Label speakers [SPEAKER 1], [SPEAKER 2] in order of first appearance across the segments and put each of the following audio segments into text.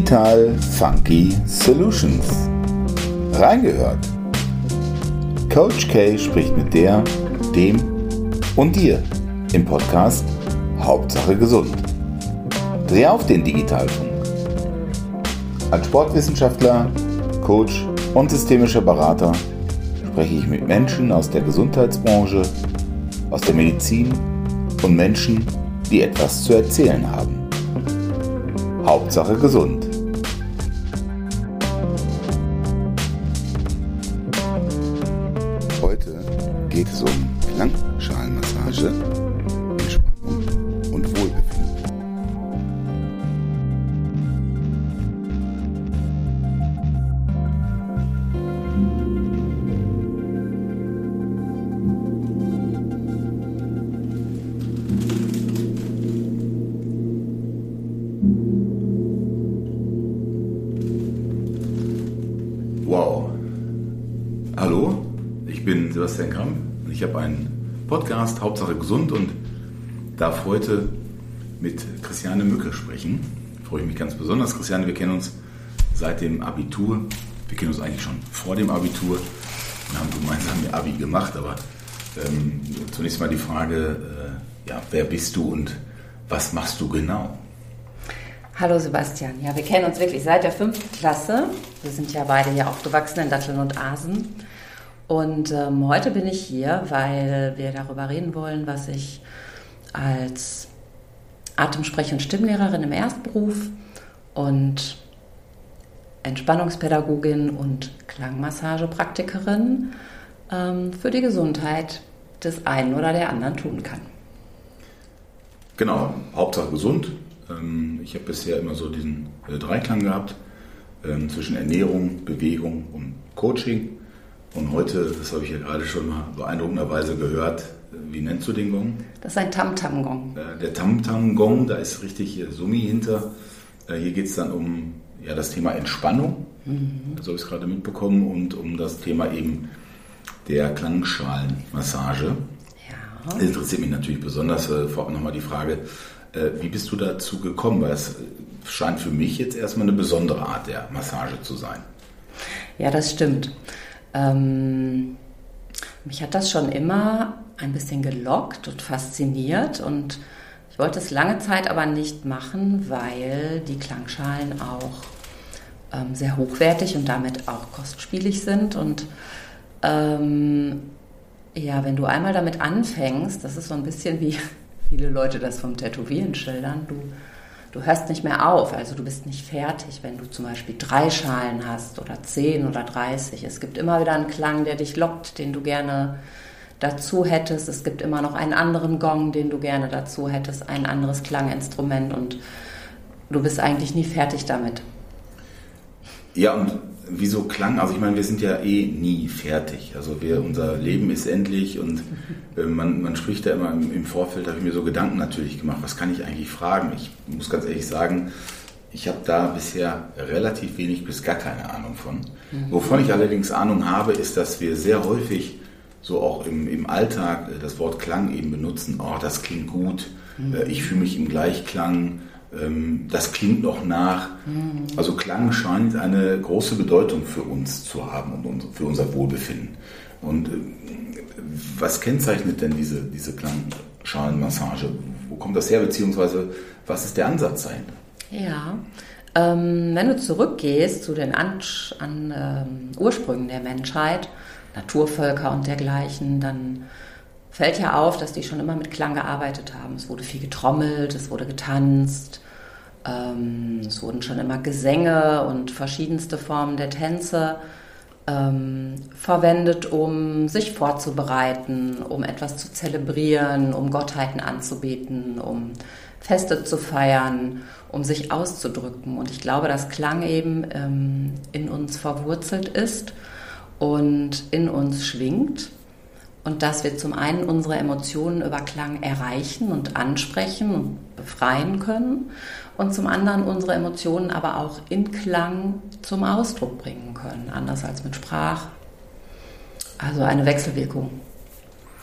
[SPEAKER 1] Digital Funky Solutions. Reingehört. Coach K spricht mit der, dem und dir im Podcast Hauptsache gesund. Dreh auf den Digitalfunk. Als Sportwissenschaftler, Coach und systemischer Berater spreche ich mit Menschen aus der Gesundheitsbranche, aus der Medizin und Menschen, die etwas zu erzählen haben. Hauptsache gesund. Heute geht es um Klangschalenmassage, Entspannung und Wohlbefinden.
[SPEAKER 2] Wow. Hallo, ich bin Sebastian Kramm und ich habe einen Podcast, Hauptsache gesund, und darf heute mit Christiane Mücke sprechen. Freue ich mich ganz besonders. Christiane, wir kennen uns seit dem Abitur. Wir kennen uns eigentlich schon vor dem Abitur. Wir haben gemeinsam ihr Abi gemacht, aber zunächst mal die Frage, wer bist du und was machst du genau?
[SPEAKER 3] Hallo Sebastian, ja, wir kennen uns wirklich seit der 5. Klasse. Wir sind ja beide hier aufgewachsen in Datteln und Asen. Und heute bin ich hier, weil wir darüber reden wollen, was ich als Atemsprech- und Stimmlehrerin im Erstberuf und Entspannungspädagogin und Klangmassagepraktikerin für die Gesundheit des einen oder der anderen tun kann.
[SPEAKER 2] Genau, Hauptsache gesund. Ich habe bisher immer so diesen Dreiklang gehabt zwischen Ernährung, Bewegung und Coaching. Und heute, das habe ich ja gerade schon mal beeindruckenderweise gehört, wie nennst du den Gong?
[SPEAKER 3] Das ist ein Tam-Tam-Gong.
[SPEAKER 2] Der Tam-Tam-Gong, da ist richtig Summi hinter. Hier geht es dann um das Thema Entspannung, so habe ich es gerade mitbekommen, und um das Thema eben der Klangschalenmassage.
[SPEAKER 3] Ja.
[SPEAKER 2] Das interessiert mich natürlich besonders. Vorab nochmal die Frage, wie bist du dazu gekommen? Weil es scheint für mich jetzt erstmal eine besondere Art der Massage zu sein.
[SPEAKER 3] Ja, das stimmt. Mich hat das schon immer ein bisschen gelockt und fasziniert, und ich wollte es lange Zeit aber nicht machen, weil die Klangschalen auch sehr hochwertig und damit auch kostspielig sind. Und wenn du einmal damit anfängst, das ist so ein bisschen wie viele Leute das vom Tätowieren schildern, du hörst nicht mehr auf, also du bist nicht fertig, wenn du zum Beispiel 3 Schalen hast oder 10 oder 30. Es gibt immer wieder einen Klang, der dich lockt, den du gerne dazu hättest. Es gibt immer noch einen anderen Gong, den du gerne dazu hättest, ein anderes Klanginstrument, und du bist eigentlich nie fertig damit.
[SPEAKER 2] Ja, und wieso Klang? Also ich meine, wir sind ja nie fertig. Also unser Leben ist endlich, und man spricht da immer im Vorfeld, da habe ich mir so Gedanken natürlich gemacht, was kann ich eigentlich fragen? Ich muss ganz ehrlich sagen, ich habe da bisher relativ wenig bis gar keine Ahnung von. Wovon ich allerdings Ahnung habe, ist, dass wir sehr häufig so auch im Alltag das Wort Klang eben benutzen. Oh, das klingt gut, ich fühle mich im Gleichklang, das klingt noch nach. Also Klang scheint eine große Bedeutung für uns zu haben und für unser Wohlbefinden. Und was kennzeichnet denn diese Klangschalenmassage? Wo kommt das her, beziehungsweise was ist der Ansatz dahinter?
[SPEAKER 3] Ja, wenn du zurückgehst zu den Ursprüngen der Menschheit, Naturvölker und dergleichen, dann fällt ja auf, dass die schon immer mit Klang gearbeitet haben. Es wurde viel getrommelt, es wurde getanzt, es wurden schon immer Gesänge und verschiedenste Formen der Tänze verwendet, um sich vorzubereiten, um etwas zu zelebrieren, um Gottheiten anzubeten, um Feste zu feiern, um sich auszudrücken. Und ich glaube, dass Klang eben in uns verwurzelt ist und in uns schwingt. Und dass wir zum einen unsere Emotionen über Klang erreichen und ansprechen und befreien können, und zum anderen unsere Emotionen aber auch in Klang zum Ausdruck bringen können, anders als mit Sprache. Also eine Wechselwirkung.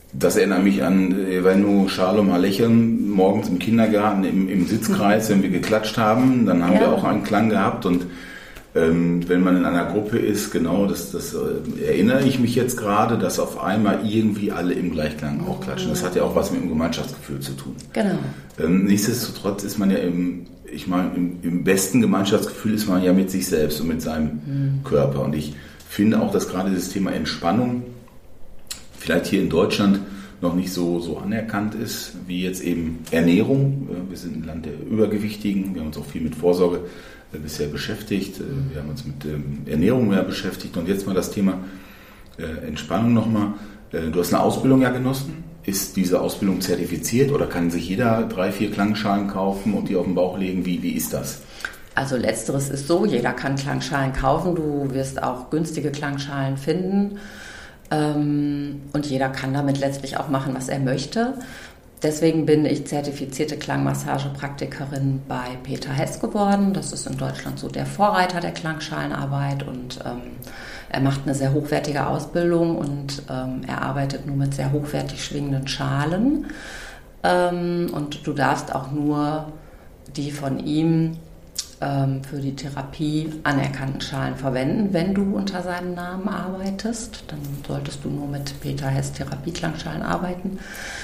[SPEAKER 2] Das erinnert mich an Venu Shalom Aleichem morgens im Kindergarten im Sitzkreis, wenn wir geklatscht haben, dann haben wir auch einen Klang gehabt und wenn man in einer Gruppe ist, genau, das erinnere ich mich jetzt gerade, dass auf einmal irgendwie alle im Gleichklang auch klatschen. Das hat ja auch was mit dem Gemeinschaftsgefühl zu tun.
[SPEAKER 3] Genau.
[SPEAKER 2] Nichtsdestotrotz ist man ja im besten Gemeinschaftsgefühl ist man ja mit sich selbst und mit seinem Körper. Und ich finde auch, dass gerade dieses Thema Entspannung vielleicht hier in Deutschland noch nicht so anerkannt ist, wie jetzt eben Ernährung. Wir sind ein Land der Übergewichtigen, wir haben uns auch viel mit Vorsorge bisher beschäftigt, wir haben uns mit Ernährung mehr beschäftigt und jetzt mal das Thema Entspannung nochmal. Du hast eine Ausbildung ja genossen. Ist diese Ausbildung zertifiziert oder kann sich jeder 3-4 Klangschalen kaufen und die auf den Bauch legen? Wie ist das?
[SPEAKER 3] Also letzteres ist so, jeder kann Klangschalen kaufen, du wirst auch günstige Klangschalen finden und jeder kann damit letztlich auch machen, was er möchte. Deswegen bin ich zertifizierte Klangmassagepraktikerin bei Peter Hess geworden. Das ist in Deutschland so der Vorreiter der Klangschalenarbeit und er macht eine sehr hochwertige Ausbildung und er arbeitet nur mit sehr hochwertig schwingenden Schalen. Und du darfst auch nur die von ihm für die Therapie anerkannten Schalen verwenden, wenn du unter seinem Namen arbeitest. Dann solltest du nur mit Peter Hess Therapieklangschalen arbeiten.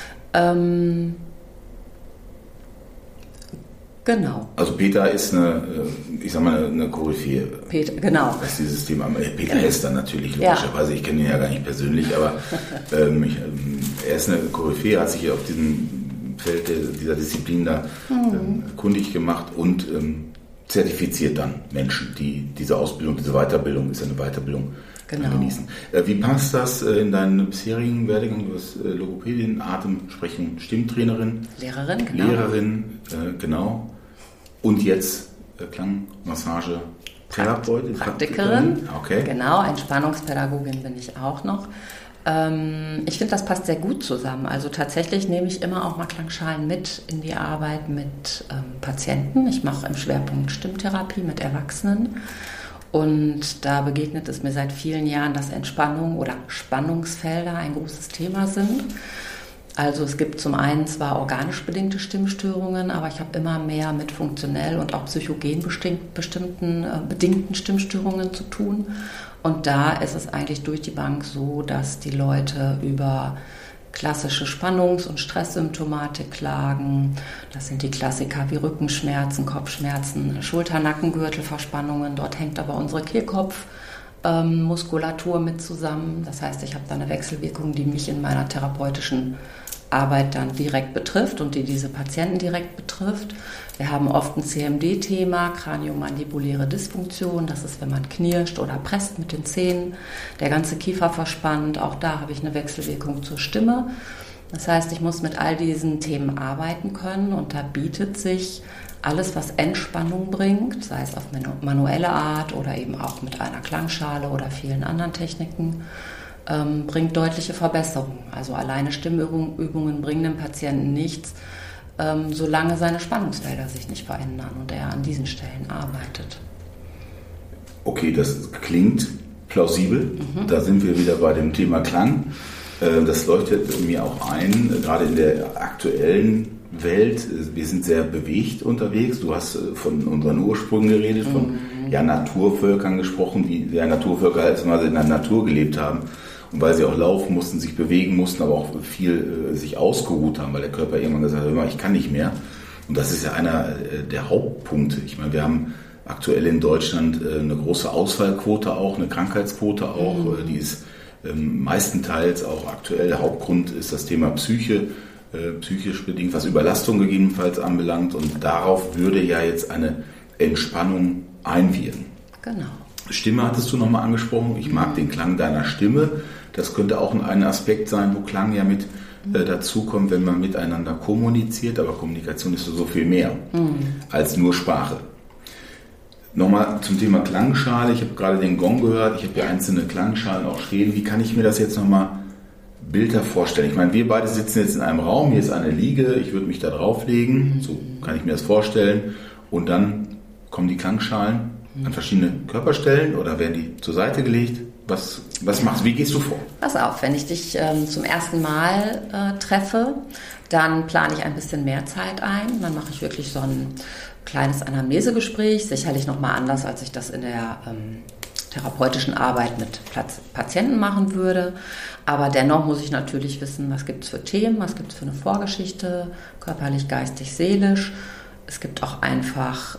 [SPEAKER 3] Genau.
[SPEAKER 2] Also Peter ist eine Koryphäe.
[SPEAKER 3] Peter, genau.
[SPEAKER 2] Was dieses Thema, Peter Hess dann natürlich, logischerweise, ich kenne ihn ja gar nicht persönlich, aber er ist eine Koryphäe, hat sich auf diesem Feld dieser Disziplin da kundig gemacht und zertifiziert dann Menschen, die diese Ausbildung, diese Weiterbildung, ist ja eine Weiterbildung, genießen. Wie passt das in deinen bisherigen Werdegang? Du hast Logopädin, Atemsprechen, Stimmtrainerin.
[SPEAKER 3] Lehrerin,
[SPEAKER 2] genau. Und jetzt Klangmassage, Therapeutin,
[SPEAKER 3] Praktikerin.
[SPEAKER 2] Okay.
[SPEAKER 3] Genau, Entspannungspädagogin bin ich auch noch. Ich finde, das passt sehr gut zusammen. Also tatsächlich nehme ich immer auch mal Klangschalen mit in die Arbeit mit Patienten. Ich mache im Schwerpunkt Stimmtherapie mit Erwachsenen. Und da begegnet es mir seit vielen Jahren, dass Entspannung oder Spannungsfelder ein großes Thema sind. Also es gibt zum einen zwar organisch bedingte Stimmstörungen, aber ich habe immer mehr mit funktionell und auch psychogen bedingten Stimmstörungen zu tun. Und da ist es eigentlich durch die Bank so, dass die Leute über klassische Spannungs- und Stresssymptomatik klagen. Das sind die Klassiker wie Rückenschmerzen, Kopfschmerzen, Schulter-Nackengürtelverspannungen. Dort hängt aber unsere Kehlkopfmuskulatur mit zusammen. Das heißt, ich habe da eine Wechselwirkung, die mich in meiner therapeutischen Arbeit dann direkt betrifft und die diese Patienten direkt betrifft. Wir haben oft ein CMD-Thema, kraniomandibuläre Dysfunktion. Das ist, wenn man knirscht oder presst mit den Zähnen, der ganze Kiefer verspannt. Auch da habe ich eine Wechselwirkung zur Stimme. Das heißt, ich muss mit all diesen Themen arbeiten können und da bietet sich alles, was Entspannung bringt, sei es auf manuelle Art oder eben auch mit einer Klangschale oder vielen anderen Techniken, bringt deutliche Verbesserungen. Also alleine Stimmübungen bringen dem Patienten nichts, solange seine Spannungsfelder sich nicht verändern und er an diesen Stellen arbeitet.
[SPEAKER 2] Okay, das klingt plausibel. Da sind wir wieder bei dem Thema Klang. Das leuchtet mir auch ein, gerade in der aktuellen Welt. Wir sind sehr bewegt unterwegs. Du hast von unseren Ursprüngen geredet, von Naturvölkern gesprochen, die Naturvölker als mal in der Natur gelebt haben. Und weil sie auch laufen mussten, sich bewegen mussten, aber auch viel sich ausgeruht haben, weil der Körper irgendwann gesagt hat, ich kann nicht mehr. Und das ist ja einer der Hauptpunkte. Ich meine, wir haben aktuell in Deutschland eine große Ausfallquote auch, eine Krankheitsquote auch. Die ist meistenteils auch aktuell. Der Hauptgrund ist das Thema psychisch bedingt, was Überlastung gegebenenfalls anbelangt. Und darauf würde ja jetzt eine Entspannung einwirken.
[SPEAKER 3] Genau.
[SPEAKER 2] Stimme hattest du nochmal angesprochen. Ich mag den Klang deiner Stimme. Das könnte auch ein Aspekt sein, wo Klang ja mit dazukommt, wenn man miteinander kommuniziert. Aber Kommunikation ist so viel mehr als nur Sprache. Nochmal zum Thema Klangschale. Ich habe gerade den Gong gehört. Ich habe hier einzelne Klangschalen auch stehen. Wie kann ich mir das jetzt nochmal Bilder vorstellen? Ich meine, wir beide sitzen jetzt in einem Raum. Hier ist eine Liege. Ich würde mich da drauflegen. So kann ich mir das vorstellen. Und dann kommen die Klangschalen an verschiedene Körperstellen oder werden die zur Seite gelegt? Was machst du? Wie gehst du vor?
[SPEAKER 3] Pass auf, wenn ich dich zum ersten Mal treffe, dann plane ich ein bisschen mehr Zeit ein. Dann mache ich wirklich so ein kleines Anamnesegespräch, sicherlich nochmal anders, als ich das in der therapeutischen Arbeit mit Patienten machen würde. Aber dennoch muss ich natürlich wissen, was gibt es für Themen, was gibt es für eine Vorgeschichte, körperlich, geistig, seelisch. Es gibt auch einfach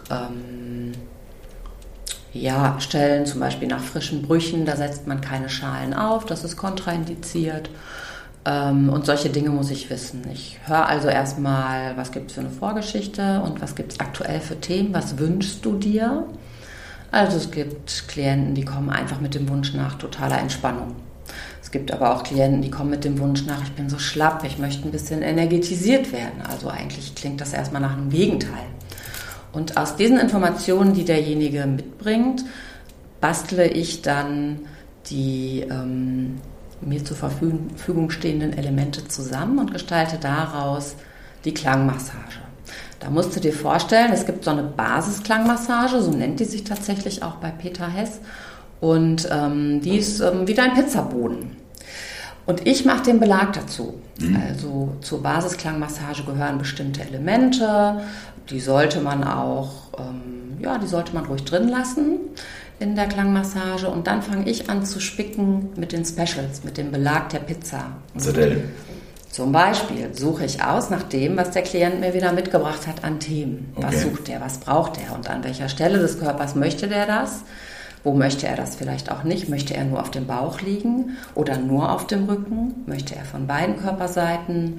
[SPEAKER 3] Stellen, zum Beispiel nach frischen Brüchen, da setzt man keine Schalen auf, das ist kontraindiziert. Und solche Dinge muss ich wissen. Ich höre also erstmal, was gibt es für eine Vorgeschichte und was gibt es aktuell für Themen, was wünschst du dir? Also es gibt Klienten, die kommen einfach mit dem Wunsch nach totaler Entspannung. Es gibt aber auch Klienten, die kommen mit dem Wunsch nach, ich bin so schlapp, ich möchte ein bisschen energetisiert werden. Also eigentlich klingt das erstmal nach einem Gegenteil. Und aus diesen Informationen, die derjenige mitbringt, bastle ich dann die mir zur Verfügung stehenden Elemente zusammen und gestalte daraus die Klangmassage. Da musst du dir vorstellen, es gibt so eine Basisklangmassage, so nennt die sich tatsächlich auch bei Peter Hess. Und die ist wie dein Pizzaboden. Und ich mache den Belag dazu. Also zur Basisklangmassage gehören bestimmte Elemente. Die sollte man auch, ruhig drin lassen in der Klangmassage. Und dann fange ich an zu spicken mit den Specials, mit dem Belag der Pizza. Zum Beispiel suche ich aus nach dem, was der Klient mir wieder mitgebracht hat an Themen. Okay. Was sucht der, was braucht er und an welcher Stelle des Körpers möchte der das? Wo möchte er das vielleicht auch nicht? Möchte er nur auf dem Bauch liegen oder nur auf dem Rücken? Möchte er von beiden Körperseiten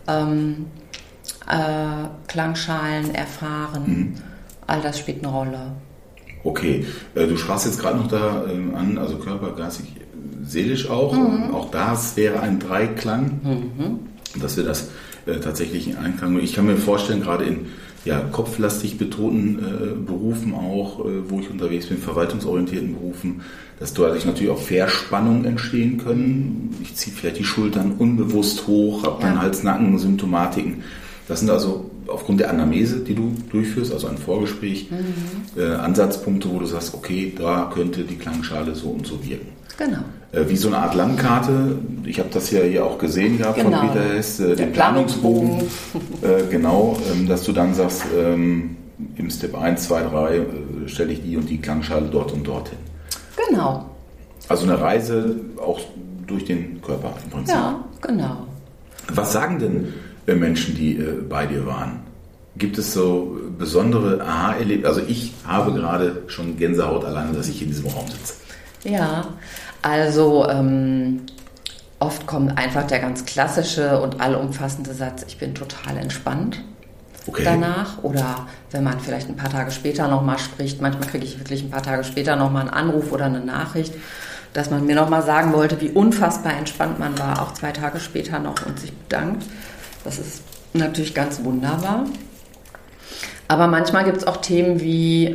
[SPEAKER 3] Klangschalen erfahren? All das spielt eine Rolle.
[SPEAKER 2] Okay, du sprachst jetzt gerade noch da an, also Körper, geistig, seelisch auch. Auch das wäre ein Dreiklang, dass wir das tatsächlich in Einklang. Ich kann mir vorstellen, gerade in kopflastig betonten Berufen auch, wo ich unterwegs bin, verwaltungsorientierten Berufen, dass dadurch natürlich auch Verspannungen entstehen können. Ich ziehe vielleicht die Schultern unbewusst hoch, habe dann Hals-Nacken-Symptomatiken. Das sind also aufgrund der Anamnese, die du durchführst, also ein Vorgespräch, Ansatzpunkte, wo du sagst, okay, da könnte die Klangschale so und so wirken.
[SPEAKER 3] Genau.
[SPEAKER 2] Wie so eine Art Landkarte. Ich habe das ja hier auch gesehen gehabt von Peter Hess, den Planungsbogen. Dass du dann sagst, im Step 1, 2, 3 stelle ich die und die Klangschale dort und dorthin.
[SPEAKER 3] Genau.
[SPEAKER 2] Also eine Reise auch durch den Körper im Prinzip.
[SPEAKER 3] Ja, genau.
[SPEAKER 2] Was sagen denn Menschen, die bei dir waren? Gibt es so besondere Aha-Erlebnisse? Also ich habe gerade schon Gänsehaut alleine, dass ich in diesem Raum sitze.
[SPEAKER 3] Ja, also oft kommt einfach der ganz klassische und allumfassende Satz, ich bin total entspannt danach. Oder wenn man vielleicht ein paar Tage später nochmal spricht, manchmal kriege ich wirklich ein paar Tage später nochmal einen Anruf oder eine Nachricht, dass man mir nochmal sagen wollte, wie unfassbar entspannt man war, auch 2 Tage später noch und sich bedankt. Das ist natürlich ganz wunderbar. Aber manchmal gibt es auch Themen wie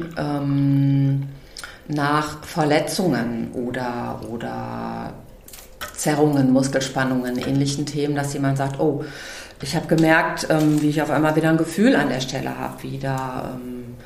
[SPEAKER 3] nach Verletzungen oder Zerrungen, Muskelspannungen, ähnlichen Themen, dass jemand sagt, oh, ich habe gemerkt, wie ich auf einmal wieder ein Gefühl an der Stelle habe, wie da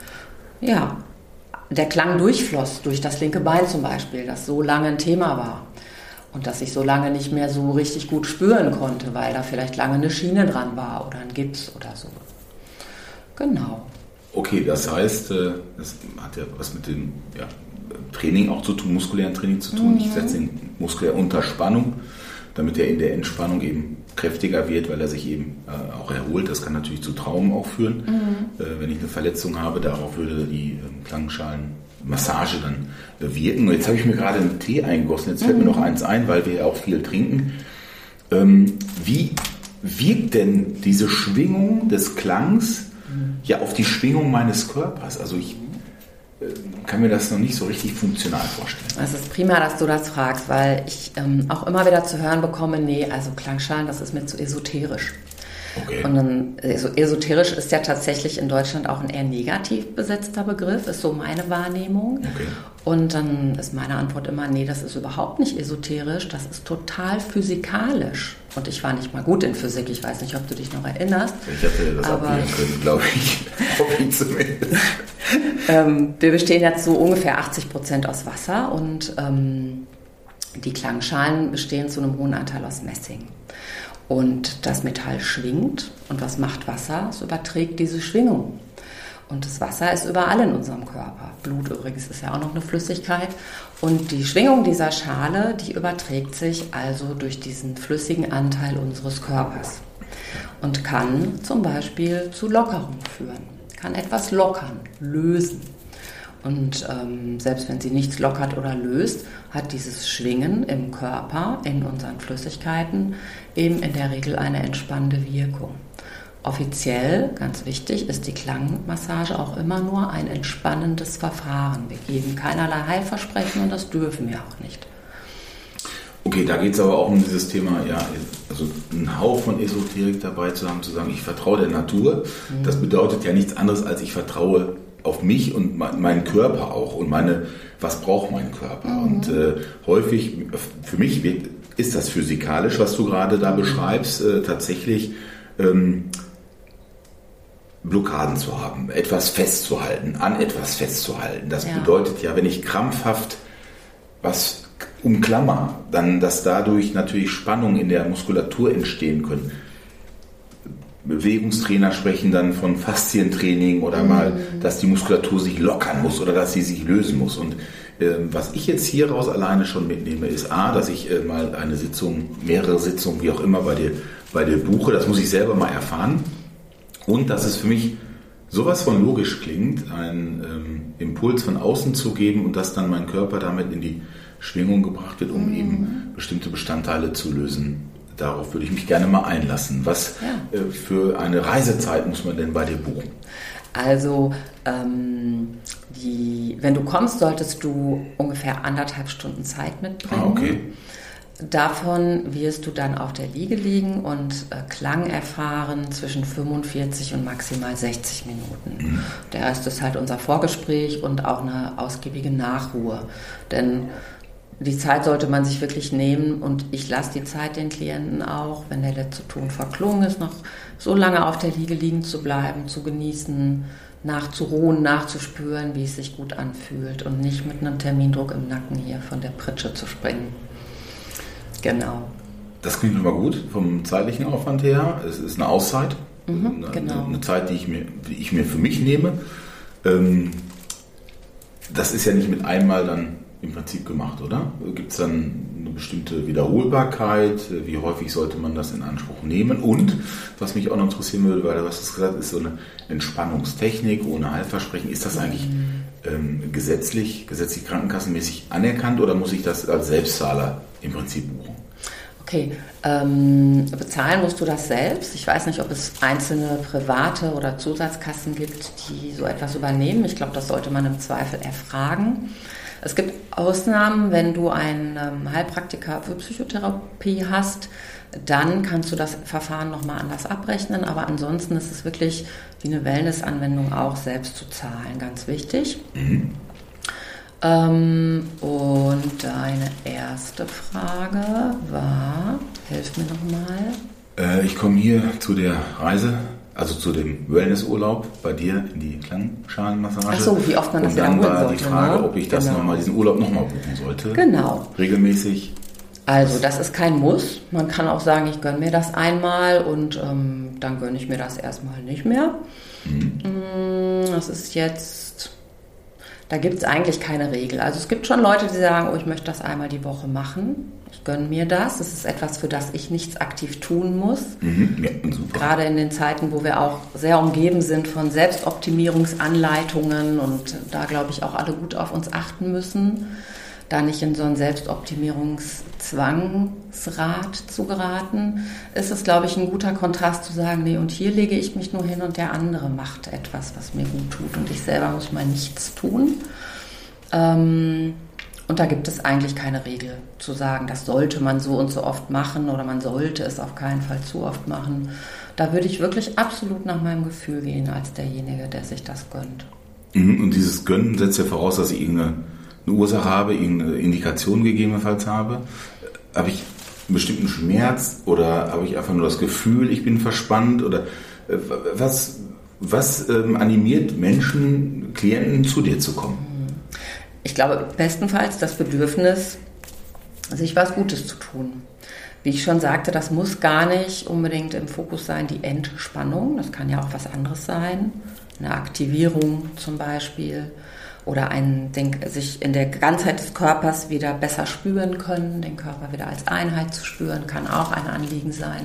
[SPEAKER 3] der Klang durchfloss, durch das linke Bein zum Beispiel, das so lange ein Thema war und das ich so lange nicht mehr so richtig gut spüren konnte, weil da vielleicht lange eine Schiene dran war oder ein Gips oder so. Genau.
[SPEAKER 2] Okay, das heißt, das hat ja was mit dem Training auch zu tun, muskulären Training zu tun. Ich setze den Muskel unter Spannung, damit er in der Entspannung eben kräftiger wird, weil er sich eben auch erholt. Das kann natürlich zu Traumen auch führen. Wenn ich eine Verletzung habe, darauf würde die Klangschalenmassage dann wirken. Und jetzt habe ich mir gerade einen Tee eingegossen. Jetzt fällt mir noch eins ein, weil wir ja auch viel trinken. Wie wirkt denn diese Schwingung des Klangs auf die Schwingung meines Körpers? Also ich kann mir das noch nicht so richtig funktional vorstellen.
[SPEAKER 3] Es ist prima, dass du das fragst, weil ich auch immer wieder zu hören bekomme, also Klangschalen, das ist mir zu esoterisch.
[SPEAKER 2] Okay.
[SPEAKER 3] Und dann, esoterisch ist ja tatsächlich in Deutschland auch ein eher negativ besetzter Begriff, ist so meine Wahrnehmung.
[SPEAKER 2] Okay.
[SPEAKER 3] Und dann ist meine Antwort immer, nee, das ist überhaupt nicht esoterisch, das ist total physikalisch. Und ich war nicht mal gut in Physik, ich weiß nicht, ob du dich noch erinnerst.
[SPEAKER 2] Ich hätte das abwehren können, glaube ich. Hoffe ich zumindest.
[SPEAKER 3] Wir bestehen jetzt so ungefähr 80% aus Wasser und Die Klangschalen bestehen zu einem hohen Anteil aus Messing. Und das Metall schwingt. Und was macht Wasser? Es überträgt diese Schwingung. Und das Wasser ist überall in unserem Körper. Blut übrigens ist ja auch noch eine Flüssigkeit. Und die Schwingung dieser Schale, die überträgt sich also durch diesen flüssigen Anteil unseres Körpers. Und kann zum Beispiel zu Lockerung führen. Kann etwas lockern, lösen. Und selbst wenn sie nichts lockert oder löst, hat dieses Schwingen im Körper, in unseren Flüssigkeiten, eben in der Regel eine entspannende Wirkung. Offiziell, ganz wichtig, ist die Klangmassage auch immer nur ein entspannendes Verfahren. Wir geben keinerlei Heilversprechen und das dürfen wir auch nicht.
[SPEAKER 2] Okay, da geht es aber auch um dieses Thema, ja, also einen Hauch von Esoterik dabei zu haben, zu sagen, ich vertraue der Natur. Das bedeutet ja nichts anderes, als ich vertraue auf mich und meinen Körper auch und was braucht mein Körper? Und häufig, für mich ist das physikalisch, was du gerade da beschreibst, tatsächlich Blockaden zu haben, etwas festzuhalten, an etwas festzuhalten. Das bedeutet ja, wenn ich krampfhaft was umklammer, dann, dass dadurch natürlich Spannungen in der Muskulatur entstehen können. Bewegungstrainer sprechen dann von Faszientraining oder mal, dass die Muskulatur sich lockern muss oder dass sie sich lösen muss. Und was ich jetzt hieraus alleine schon mitnehme, ist A, dass ich mal eine Sitzung, mehrere Sitzungen, wie auch immer, bei dir buche. Das muss ich selber mal erfahren. Und dass es für mich sowas von logisch klingt, einen Impuls von außen zu geben und dass dann mein Körper damit in die Schwingung gebracht wird, um eben bestimmte Bestandteile zu lösen. Darauf würde ich mich gerne mal einlassen. Was für eine Reisezeit muss man denn bei dir buchen?
[SPEAKER 3] Also, wenn du kommst, solltest du ungefähr 1,5 Stunden Zeit mitbringen.
[SPEAKER 2] Okay.
[SPEAKER 3] Davon wirst du dann auf der Liege liegen und Klang erfahren zwischen 45 und maximal 60 Minuten. Der Rest ist halt unser Vorgespräch und auch eine ausgiebige Nachruhe. Denn die Zeit sollte man sich wirklich nehmen und ich lasse die Zeit den Klienten auch, wenn der letzte Ton verklungen ist, noch so lange auf der Liege liegen zu bleiben, zu genießen, nachzuruhen, nachzuspüren, wie es sich gut anfühlt und nicht mit einem Termindruck im Nacken hier von der Pritsche zu springen. Genau.
[SPEAKER 2] Das klingt schon mal gut vom zeitlichen Aufwand her. Es ist eine Auszeit,
[SPEAKER 3] genau.
[SPEAKER 2] Eine Zeit, die ich mir für mich nehme. Das ist ja nicht mit einmal dann im Prinzip gemacht, oder? Gibt es dann eine bestimmte Wiederholbarkeit? Wie häufig sollte man das in Anspruch nehmen? Und, was mich auch noch interessieren würde, weil du hast gesagt, ist so eine Entspannungstechnik ohne Heilversprechen. Ist das eigentlich gesetzlich krankenkassenmäßig anerkannt oder muss ich das als Selbstzahler im Prinzip buchen?
[SPEAKER 3] Okay, bezahlen musst du das selbst. Ich weiß nicht, ob es einzelne private oder Zusatzkassen gibt, die so etwas übernehmen. Ich glaube, das sollte man im Zweifel erfragen. Es gibt Ausnahmen, wenn du einen Heilpraktiker für Psychotherapie hast, dann kannst du das Verfahren nochmal anders abrechnen, aber ansonsten ist es wirklich wie eine Wellnessanwendung auch selbst zu zahlen, ganz wichtig. Und deine erste Frage war, hilf mir nochmal.
[SPEAKER 2] Ich komme hier zu der Reise, also zu dem Wellnessurlaub bei dir in die Klangschalenmassage.
[SPEAKER 3] Ach so, wie oft man das wiederholen sollte. Und dann war
[SPEAKER 2] die Frage,
[SPEAKER 3] ne?
[SPEAKER 2] ob ich das diesen Urlaub nochmal buchen sollte.
[SPEAKER 3] Genau.
[SPEAKER 2] Regelmäßig.
[SPEAKER 3] Also das ist kein Muss. Man kann auch sagen, ich gönne mir das einmal und dann gönne ich mir das erstmal nicht mehr. Das ist jetzt, da gibt es eigentlich keine Regel. Also es gibt schon Leute, die sagen, oh, ich möchte das einmal die Woche machen. Ich gönne mir das. Das ist etwas, für das ich nichts aktiv tun muss.
[SPEAKER 2] Ja, super.
[SPEAKER 3] Gerade in den Zeiten, wo wir auch sehr umgeben sind von Selbstoptimierungsanleitungen und da, glaube ich, auch alle gut auf uns achten müssen, da nicht in so ein Selbstoptimierungszwangsrad zu geraten, ist es, glaube ich, ein guter Kontrast zu sagen, nee, und hier lege ich mich nur hin und der andere macht etwas, was mir gut tut und ich selber muss mal nichts tun. Und da gibt es eigentlich keine Regel zu sagen, das sollte man so und so oft machen oder man sollte es auf keinen Fall zu oft machen. Da würde ich wirklich absolut nach meinem Gefühl gehen als derjenige, der sich das gönnt.
[SPEAKER 2] Und dieses Gönnen setzt ja voraus, dass ich irgendeine Ursache habe, irgendeine Indikation gegebenenfalls habe. Habe ich einen bestimmten Schmerz oder habe ich einfach nur das Gefühl, ich bin verspannt? Oder was animiert Menschen, Klienten zu dir zu kommen?
[SPEAKER 3] Ich glaube, bestenfalls das Bedürfnis, sich was Gutes zu tun. Wie ich schon sagte, das muss gar nicht unbedingt im Fokus sein, die Entspannung. Das kann ja auch was anderes sein. Eine Aktivierung zum Beispiel. Oder sich in der Ganzheit des Körpers wieder besser spüren können. Den Körper wieder als Einheit zu spüren, kann auch ein Anliegen sein.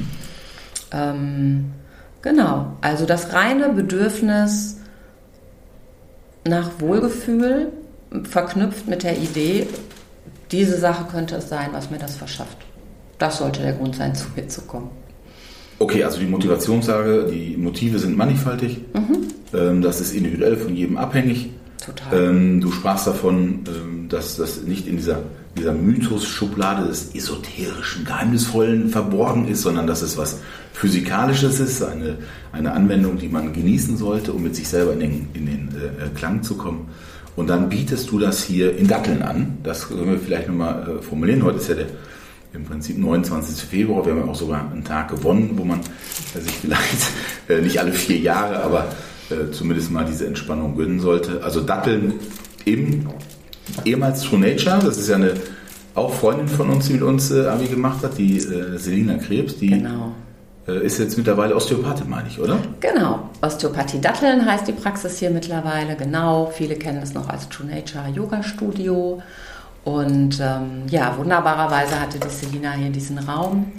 [SPEAKER 3] Genau, also das reine Bedürfnis nach Wohlgefühl verknüpft mit der Idee, diese Sache könnte es sein, was mir das verschafft. Das sollte der Grund sein, zu mir zu kommen.
[SPEAKER 2] Okay, also die Motivationssage, die Motive sind mannigfaltig. Das ist individuell von jedem abhängig.
[SPEAKER 3] Total.
[SPEAKER 2] Du sprachst davon, dass das nicht in dieser Mythos-Schublade des esoterischen, geheimnisvollen verborgen ist, sondern dass es was Physikalisches ist, eine Anwendung, die man genießen sollte, um mit sich selber in den Klang zu kommen. Und dann bietest du das hier in Datteln an. Das können wir vielleicht nochmal formulieren. Heute ist ja im Prinzip 29. Februar. Wir haben ja auch sogar einen Tag gewonnen, wo man sich vielleicht nicht alle 4 Jahre, aber zumindest mal diese Entspannung gönnen sollte. Also Datteln im ehemals True Nature. Das ist ja auch Freundin von uns, die mit uns Abi gemacht hat, die Selina Krebs. Die
[SPEAKER 3] genau.
[SPEAKER 2] Ist jetzt mittlerweile Osteopathin, meine ich, oder?
[SPEAKER 3] Genau. Osteopathie Datteln heißt die Praxis hier mittlerweile. Genau. Viele kennen es noch als True Nature Yoga Studio. Und wunderbarerweise hatte die Selina hier diesen Raum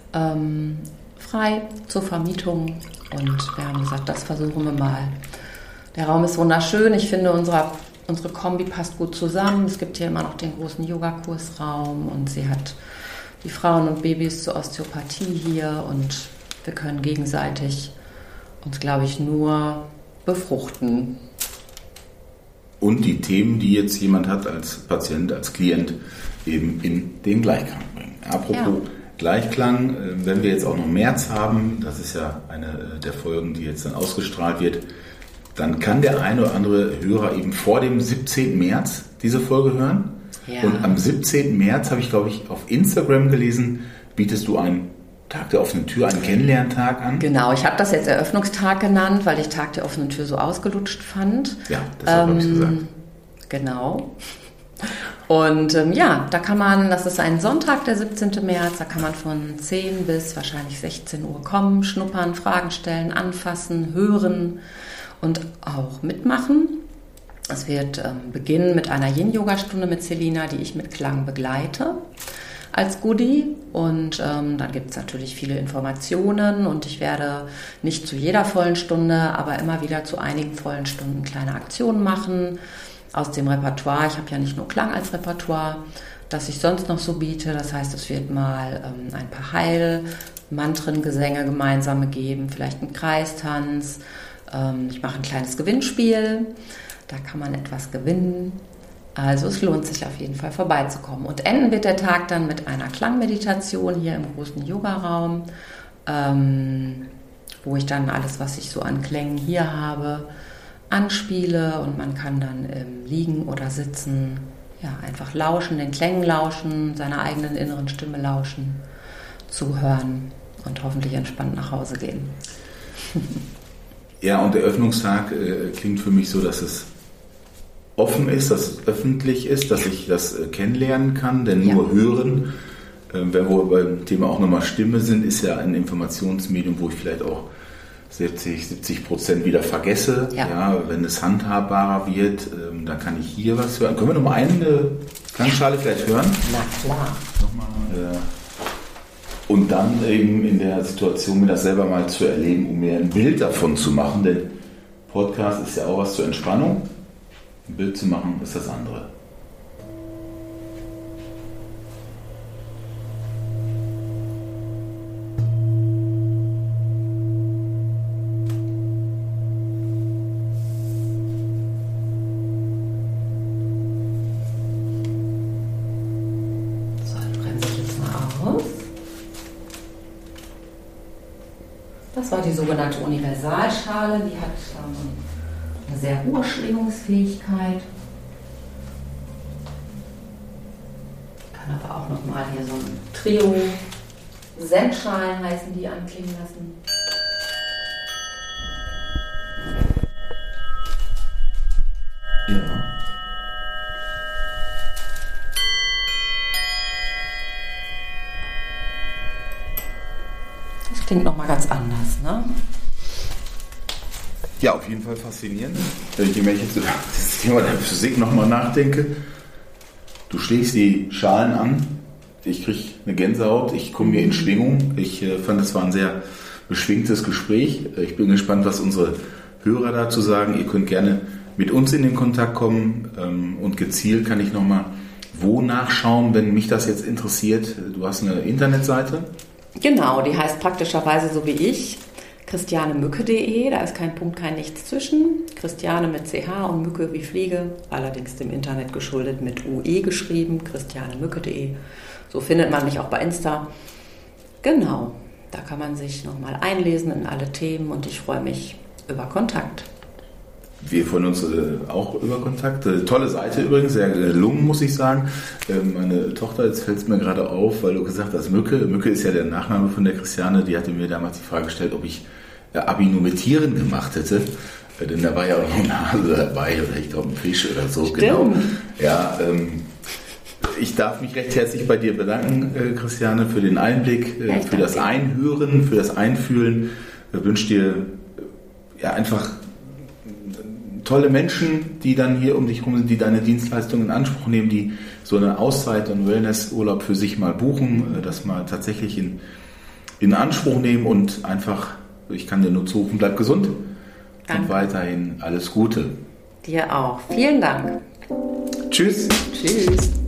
[SPEAKER 3] frei zur Vermietung. Und wir haben gesagt, das versuchen wir mal. Der Raum ist wunderschön. Ich finde, unsere Kombi passt gut zusammen. Es gibt hier immer noch den großen Yogakursraum und sie hat die Frauen und Babys zur Osteopathie hier und wir können gegenseitig uns, glaube ich, nur befruchten.
[SPEAKER 2] Und die Themen, die jetzt jemand hat als Patient, als Klient, eben in den Gleichklang bringen. Apropos Gleichklang, wenn wir jetzt auch noch März haben, das ist ja eine der Folgen, die jetzt dann ausgestrahlt wird, dann kann der eine oder andere Hörer eben vor dem 17. März diese Folge hören. Ja. Und am 17. März habe ich, glaube ich, auf Instagram gelesen, bietest du einen Tag der offenen Tür, einen Kennenlerntag an.
[SPEAKER 3] Genau, ich habe das jetzt Eröffnungstag genannt, weil ich Tag der offenen Tür so ausgelutscht fand.
[SPEAKER 2] Ja, das habe ich gesagt.
[SPEAKER 3] Genau. Und da kann man, das ist ein Sonntag, der 17. März, da kann man von 10 bis wahrscheinlich 16 Uhr kommen, schnuppern, Fragen stellen, anfassen, hören und auch mitmachen. Es wird beginnen mit einer Yin-Yoga-Stunde mit Selina, die ich mit Klang begleite als Goodie. Und dann gibt es natürlich viele Informationen und ich werde nicht zu jeder vollen Stunde, aber immer wieder zu einigen vollen Stunden kleine Aktionen machen aus dem Repertoire. Ich habe ja nicht nur Klang als Repertoire, das ich sonst noch so biete. Das heißt, es wird mal ein paar Heil-Mantren-Gesänge gemeinsame geben, vielleicht einen Kreistanz. Ich mache ein kleines Gewinnspiel. Da kann man etwas gewinnen. Also es lohnt sich auf jeden Fall vorbeizukommen. Und enden wird der Tag dann mit einer Klangmeditation hier im großen Yogaraum, wo ich dann alles, was ich so an Klängen hier habe, anspiele und man kann dann im Liegen oder Sitzen einfach lauschen, den Klängen lauschen, seiner eigenen inneren Stimme lauschen, zuhören und hoffentlich entspannt nach Hause gehen.
[SPEAKER 2] Ja, und der Öffnungstag klingt für mich so, dass es offen ist, dass es öffentlich ist, dass ich das kennenlernen kann, denn nur hören, wenn wir beim Thema auch nochmal Stimme sind, ist ja ein Informationsmedium, wo ich vielleicht auch 70% wieder vergesse. Ja, wenn es handhabbarer wird, dann kann ich hier was hören. Können wir nochmal eine Klangschale vielleicht hören?
[SPEAKER 3] Na klar.
[SPEAKER 2] Nochmal, und dann eben in der Situation, mir das selber mal zu erleben, um mir ein Bild davon zu machen, denn Podcast ist ja auch was zur Entspannung. Ein Bild zu machen ist das andere.
[SPEAKER 3] Das war die sogenannte Universalschale, die hat eine sehr hohe Schwingungsfähigkeit. Ich kann aber auch nochmal hier so ein Trio Zen-Schalen heißen die anklingen lassen.
[SPEAKER 2] Ja.
[SPEAKER 3] klingt nochmal ganz anders, ne?
[SPEAKER 2] Ja, auf jeden Fall faszinierend. Wenn ich jetzt über das Thema der Physik nochmal nachdenke. Du schlägst die Schalen an, ich kriege eine Gänsehaut, ich komme mir in Schwingung. Ich fand, das war ein sehr beschwingtes Gespräch. Ich bin gespannt, was unsere Hörer dazu sagen. Ihr könnt gerne mit uns in den Kontakt kommen und gezielt kann ich nochmal wo nachschauen, wenn mich das jetzt interessiert. Du hast eine Internetseite?
[SPEAKER 3] Genau, die heißt praktischerweise so wie ich, christianemücke.de, da ist kein Punkt, kein Nichts zwischen. Christiane mit CH und Mücke wie Fliege, allerdings dem Internet geschuldet mit UE geschrieben, christianemücke.de. So findet man mich auch bei Insta. Genau, da kann man sich nochmal einlesen in alle Themen und ich freue mich über Kontakt.
[SPEAKER 2] Wir freuen uns auch über Kontakt. Tolle Seite übrigens, sehr gelungen, muss ich sagen. Meine Tochter, jetzt fällt es mir gerade auf, weil du gesagt hast, Mücke. Mücke ist ja der Nachname von der Christiane. Die hatte mir damals die Frage gestellt, ob ich Abi nur mit Tieren gemacht hätte. Denn da war ja auch noch ein Hase dabei oder ich glaube ein Fisch oder so.
[SPEAKER 3] Stimmt.
[SPEAKER 2] Genau. Ja, ich darf mich recht herzlich bei dir bedanken, Christiane, für den Einblick, für das Einhören, für das Einfühlen. Ich wünsche dir einfach tolle Menschen, die dann hier um dich herum sind, die deine Dienstleistungen in Anspruch nehmen, die so eine Auszeit und Wellnessurlaub für sich mal buchen, das mal tatsächlich in Anspruch nehmen und einfach, ich kann dir nur zurufen, bleib gesund.
[SPEAKER 3] Danke.
[SPEAKER 2] Und weiterhin alles Gute.
[SPEAKER 3] Dir auch. Vielen Dank.
[SPEAKER 2] Tschüss.
[SPEAKER 3] Tschüss.